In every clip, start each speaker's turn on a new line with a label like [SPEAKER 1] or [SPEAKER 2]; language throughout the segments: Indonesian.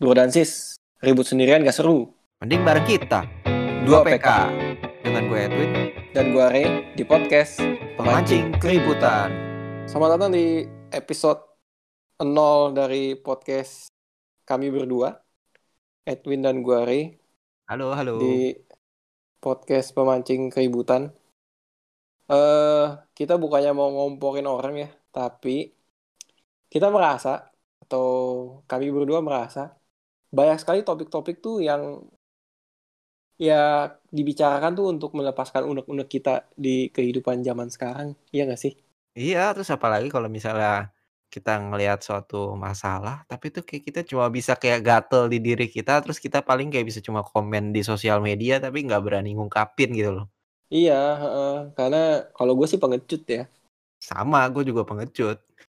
[SPEAKER 1] Bro dan sis, ribut sendirian gak seru.
[SPEAKER 2] Mending bareng kita.
[SPEAKER 1] 2PK.
[SPEAKER 2] Dengan gue Edwin,
[SPEAKER 1] Dan gue Ray di podcast
[SPEAKER 2] Pemancing Keributan.
[SPEAKER 1] Selamat datang di episode 0 dari podcast kami berdua, Edwin dan gue Ray,
[SPEAKER 2] Halo.
[SPEAKER 1] di podcast Pemancing Keributan. Kita bukannya mau ngomporin orang ya, tapi kita merasa, atau kami berdua merasa, banyak sekali topik-topik tuh yang ya dibicarakan tuh untuk melepaskan unek-unek kita di kehidupan zaman sekarang, iya nggak sih?
[SPEAKER 2] Iya, terus apalagi kalau misalnya kita ngelihat suatu masalah, tapi tuh kayak kita cuma bisa kayak gatel di diri kita, terus kita paling kayak bisa cuma komen di sosial media, tapi nggak berani ngungkapin gitu loh.
[SPEAKER 1] Iya, karena kalau gue sih pengecut ya.
[SPEAKER 2] Sama, gue juga pengecut.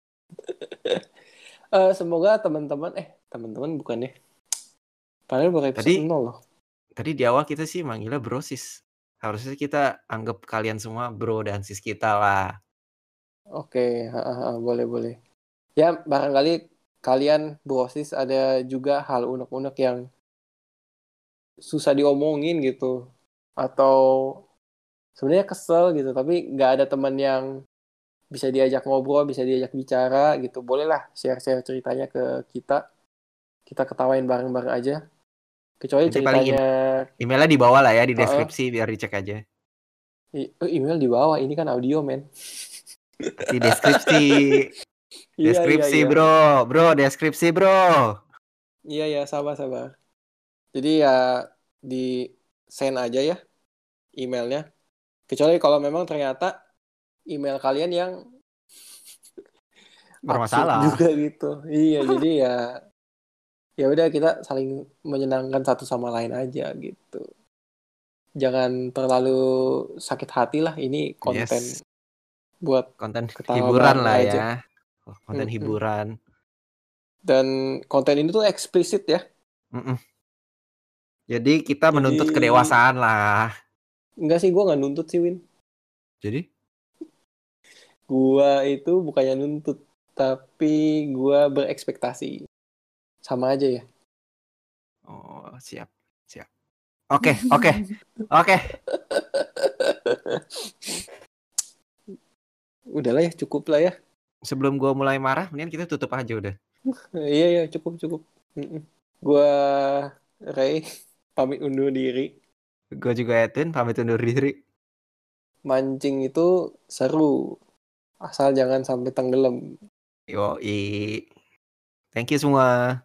[SPEAKER 1] Semoga teman-teman bukan ya. Padahal baru episode 0 loh.
[SPEAKER 2] Tadi di awal kita sih manggilnya bro sis. Harusnya kita anggap kalian semua bro dan sis kita lah.
[SPEAKER 1] Oke, boleh. Ya, barangkali kalian brosis ada juga hal unek-unek yang susah diomongin gitu. Atau sebenarnya kesel gitu, tapi nggak ada teman yang bisa diajak ngobrol, bisa diajak bicara gitu. Bolehlah share-share ceritanya ke kita. Kita ketawain bareng-bareng aja. Kecuali
[SPEAKER 2] Nanti paling
[SPEAKER 1] ceritanya
[SPEAKER 2] emailnya di bawah lah ya, di deskripsi biar dicek aja.
[SPEAKER 1] email di bawah, ini kan audio men.
[SPEAKER 2] Di deskripsi. Deskripsi
[SPEAKER 1] Iya.
[SPEAKER 2] bro, deskripsi bro.
[SPEAKER 1] Iya, sabar. Jadi ya di send aja ya emailnya. Kecuali kalau memang ternyata email kalian yang absurd
[SPEAKER 2] Bermasalah.
[SPEAKER 1] juga gitu. Iya, jadi ya udah kita saling menyenangkan satu sama lain aja gitu. Jangan terlalu sakit hati lah, ini konten buat
[SPEAKER 2] Konten
[SPEAKER 1] ketawa
[SPEAKER 2] hiburan
[SPEAKER 1] bareng
[SPEAKER 2] lah
[SPEAKER 1] aja.
[SPEAKER 2] ya. Konten hiburan.
[SPEAKER 1] Dan konten ini tuh eksplisit ya.
[SPEAKER 2] Jadi kita menuntut kedewasaan lah.
[SPEAKER 1] Enggak sih, gue nggak nuntut sih Win.
[SPEAKER 2] Jadi?
[SPEAKER 1] Gua itu bukannya nuntut, tapi gua berekspektasi. Sama aja ya.
[SPEAKER 2] Oh, siap. Oke.
[SPEAKER 1] Udahlah ya, cukup lah ya.
[SPEAKER 2] Sebelum gue mulai marah, mending kita tutup aja udah.
[SPEAKER 1] Iya, cukup. Gua Ray, pamit undur diri.
[SPEAKER 2] Gue juga Edwin, pamit undur diri.
[SPEAKER 1] Mancing itu seru, asal jangan sampai tenggelam.
[SPEAKER 2] Yoi. Thank you semua.